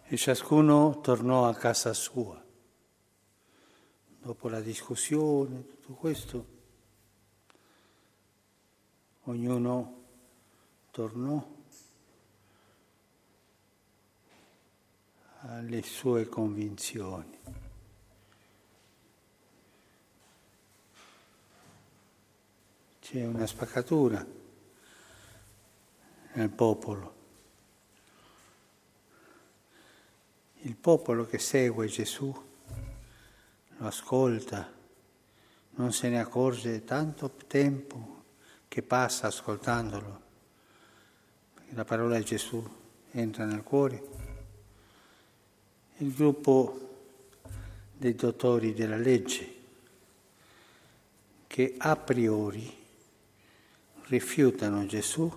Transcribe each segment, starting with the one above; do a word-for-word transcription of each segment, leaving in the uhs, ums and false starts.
E ciascuno tornò a casa sua. Dopo la discussione, tutto questo, ognuno tornò alle sue convinzioni. C'è una spaccatura nel popolo. Il popolo che segue Gesù, lo ascolta, non se ne accorge tanto tempo che passa ascoltandolo, perché la parola di Gesù entra nel cuore. Il gruppo dei dottori della legge, che a priori rifiutano Gesù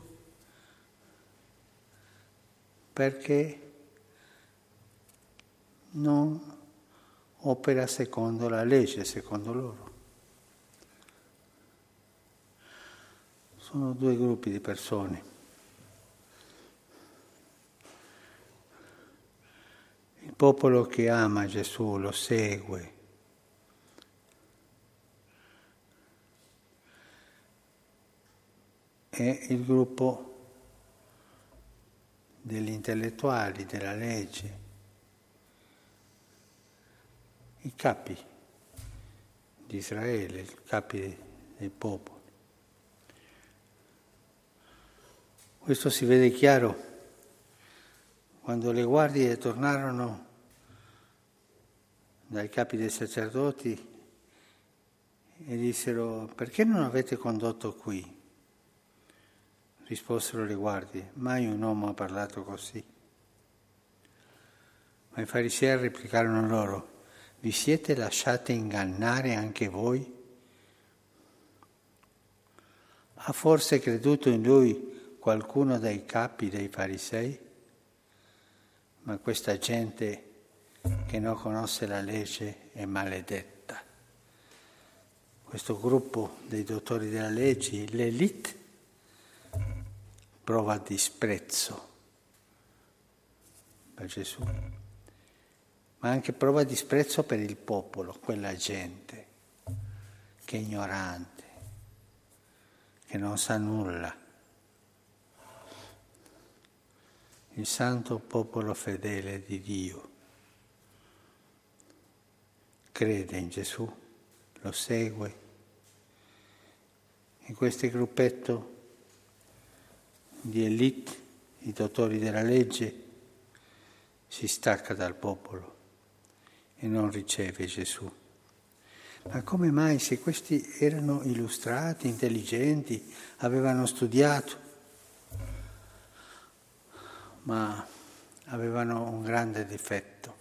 perché non opera secondo la legge, secondo loro. Sono due gruppi di persone. Il popolo che ama Gesù, lo segue, e il gruppo degli intellettuali, della legge, i capi di Israele, i capi dei popoli. Questo si vede chiaro quando le guardie tornarono dai capi dei sacerdoti e dissero: perché non avete condotto qui? Risposero le guardie: mai un uomo ha parlato così. Ma i farisei replicarono loro: vi siete lasciati ingannare anche voi? Ha forse creduto in lui qualcuno dei capi dei farisei? Ma questa gente che non conosce la legge è maledetta. Questo gruppo dei dottori della legge, l'élite, prova disprezzo per Gesù, ma anche prova disprezzo per il popolo, quella gente che è ignorante, che non sa nulla. Il santo popolo fedele di Dio crede in Gesù, lo segue, e questo gruppetto di élite, i dottori della legge, si stacca dal popolo e non riceve Gesù. Ma come mai, se questi erano illustrati, intelligenti, avevano studiato, ma avevano un grande difetto?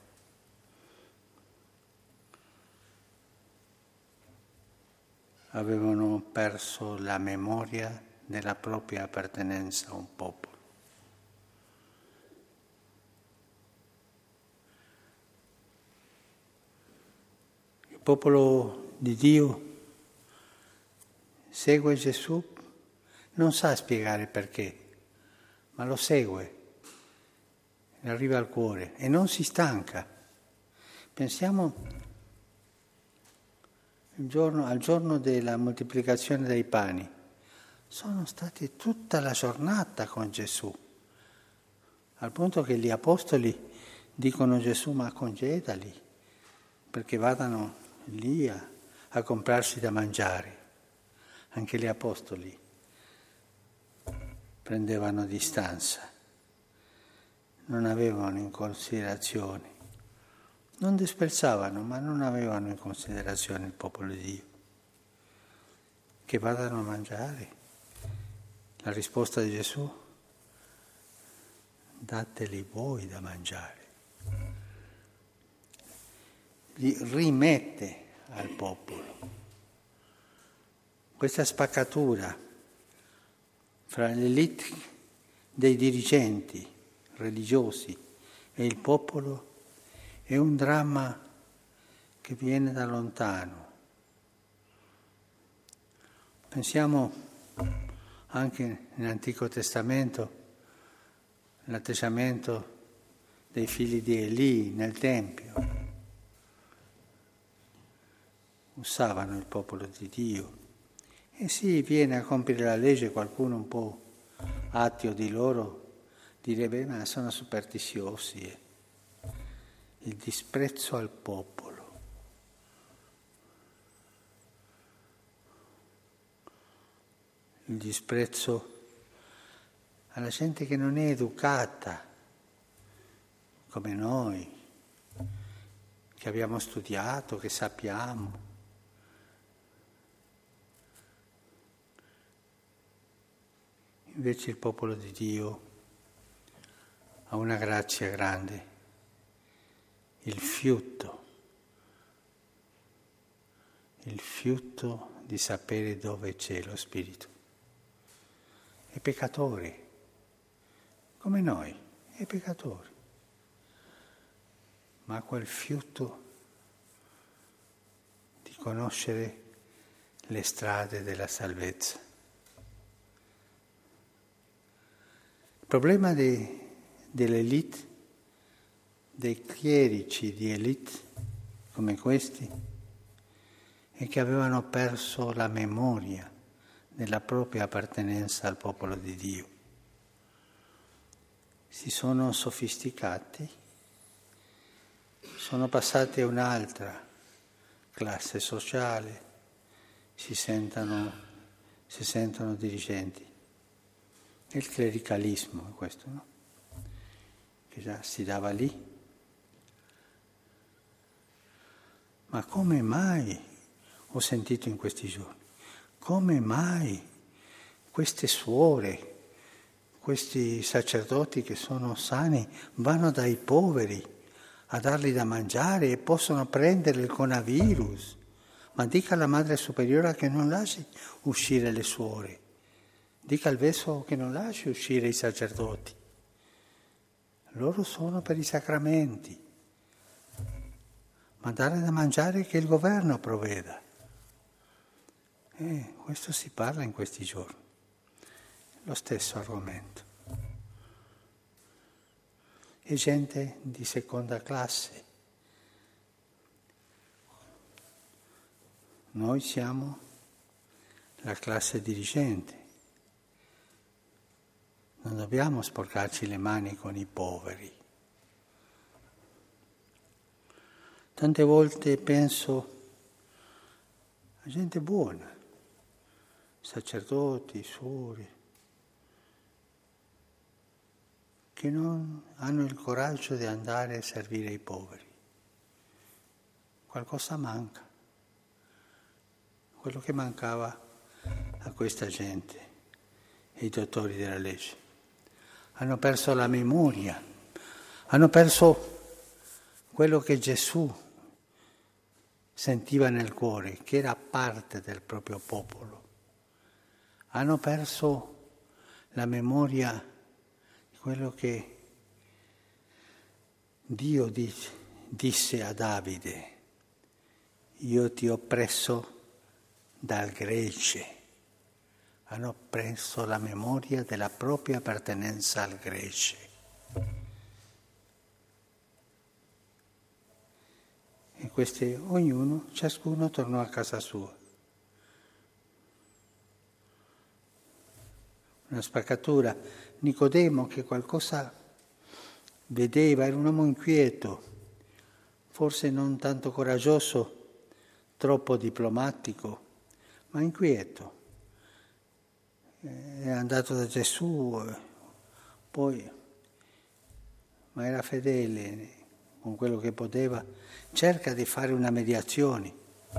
Avevano perso la memoria della propria appartenenza a un popolo. Il popolo di Dio segue Gesù, non sa spiegare perché, ma lo segue, arriva al cuore e non si stanca. Pensiamo il giorno, al giorno della moltiplicazione dei pani. Sono stati tutta la giornata con Gesù, al punto che gli apostoli dicono a Gesù: ma congedali, perché vadano lì a, a comprarsi da mangiare. Anche gli apostoli prendevano distanza, non avevano in considerazione, non disprezzavano, ma non avevano in considerazione il popolo di Dio. Che vadano a mangiare. La risposta di Gesù: dateli voi da mangiare. Li rimette al popolo. Questa spaccatura fra l'élite dei dirigenti religiosi e il popolo è un dramma che viene da lontano. Pensiamo anche nell'Antico Testamento l'atteggiamento dei figli di Eli nel Tempio. Usavano il popolo di Dio. E sì, viene a compiere la legge qualcuno un po' attio di loro, direbbe, ma sono superstiziosi. Eh. Il disprezzo al popolo. Il disprezzo alla gente che non è educata, come noi, che abbiamo studiato, che sappiamo. Invece il popolo di Dio ha una grazia grande, il fiuto, il fiuto di sapere dove c'è lo Spirito. È peccatori, come noi, è peccatori, ma quel fiuto di conoscere le strade della salvezza. Il problema de, dell'elite, dei chierici di elite come questi, è che avevano perso la memoria della propria appartenenza al popolo di Dio. Si sono sofisticati, sono passati a un'altra classe sociale, si sentono, si sentono dirigenti. È il clericalismo questo, no? Che già si dava lì. Ma come mai, ho sentito in questi giorni, come mai queste suore, questi sacerdoti che sono sani, vanno dai poveri a dargli da mangiare e possono prendere il coronavirus? Ma dica alla Madre Superiore che non lasci uscire le suore. Dica al Vescovo che non lasci uscire i sacerdoti. Loro sono per i sacramenti. Ma dare da mangiare che il governo provveda. E questo si parla in questi giorni. Lo stesso argomento. E gente di seconda classe. Noi siamo la classe dirigente. Non dobbiamo sporcarci le mani con i poveri. Tante volte penso a gente buona, sacerdoti, suore, che non hanno il coraggio di andare a servire i poveri. Qualcosa manca. Quello che mancava a questa gente, i dottori della legge. Hanno perso la memoria, hanno perso quello che Gesù sentiva nel cuore, che era parte del proprio popolo. Hanno perso la memoria di quello che Dio dice, disse a Davide: io ti ho preso dal gregge. Hanno preso la memoria della propria appartenenza al gregge. E questi, ognuno, ciascuno tornò a casa sua. Una spaccatura. Nicodemo, che qualcosa vedeva, era un uomo inquieto, forse non tanto coraggioso, troppo diplomatico, ma inquieto. È andato da Gesù, poi, ma era fedele con quello che poteva, cerca di fare una mediazione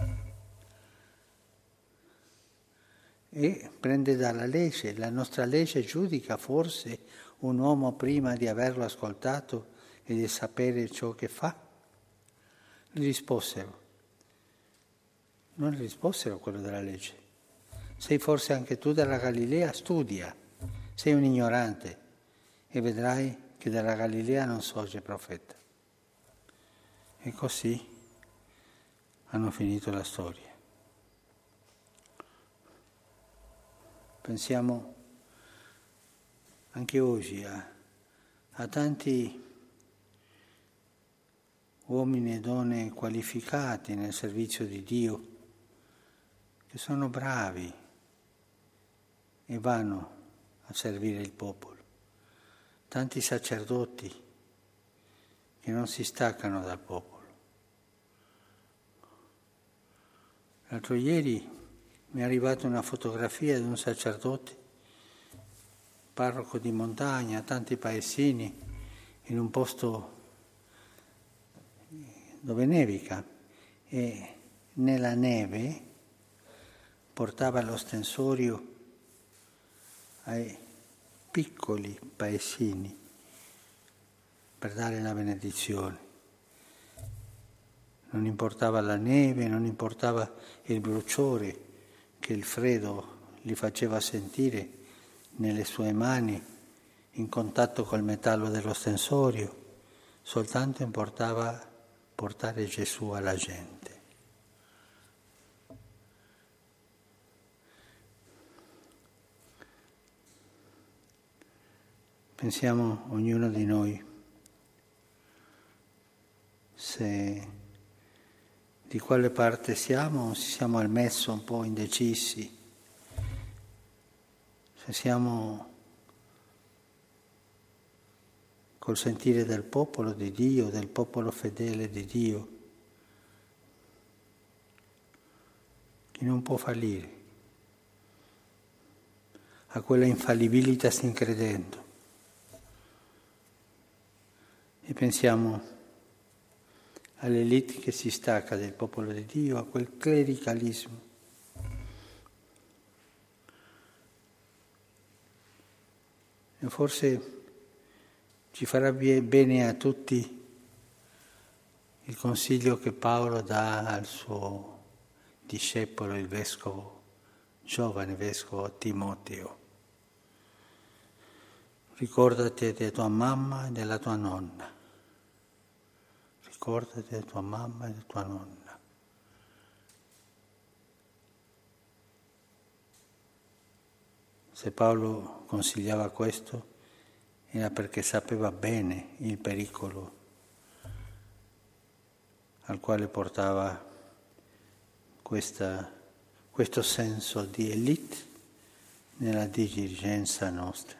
e prende dalla legge. La nostra legge giudica forse un uomo prima di averlo ascoltato e di sapere ciò che fa? Gli risposero, non gli risposero quello della legge. Sei forse anche tu dalla Galilea? Studia, sei un ignorante e vedrai che dalla Galilea non sorge profeta. E così hanno finito la storia. Pensiamo anche oggi a, a tanti uomini e donne qualificati nel servizio di Dio, che sono bravi e vanno a servire il popolo. Tanti sacerdoti che non si staccano dal popolo. L'altro ieri mi è arrivata una fotografia di un sacerdote, parroco di montagna, tanti paesini, in un posto dove nevica, e nella neve portava lo stensorio ai piccoli paesini per dare la benedizione. Non importava la neve, non importava il bruciore che il freddo gli faceva sentire nelle sue mani in contatto col metallo dello stensorio, soltanto importava portare Gesù alla gente. Pensiamo ognuno di noi se di quale parte siamo, se siamo al mezzo un po' indecisi, se siamo col sentire del popolo di Dio, del popolo fedele di Dio, che non può fallire, a quella infallibilitas in credendo. E pensiamo all'elite che si stacca del popolo di Dio, a quel clericalismo. E forse ci farà bene a tutti il consiglio che Paolo dà al suo discepolo, il vescovo, giovane vescovo Timoteo. Ricordati di tua mamma e della tua nonna. Ricordati di tua mamma e di tua nonna. Se Paolo consigliava questo era perché sapeva bene il pericolo al quale portava questa, questo senso di élite nella dirigenza nostra.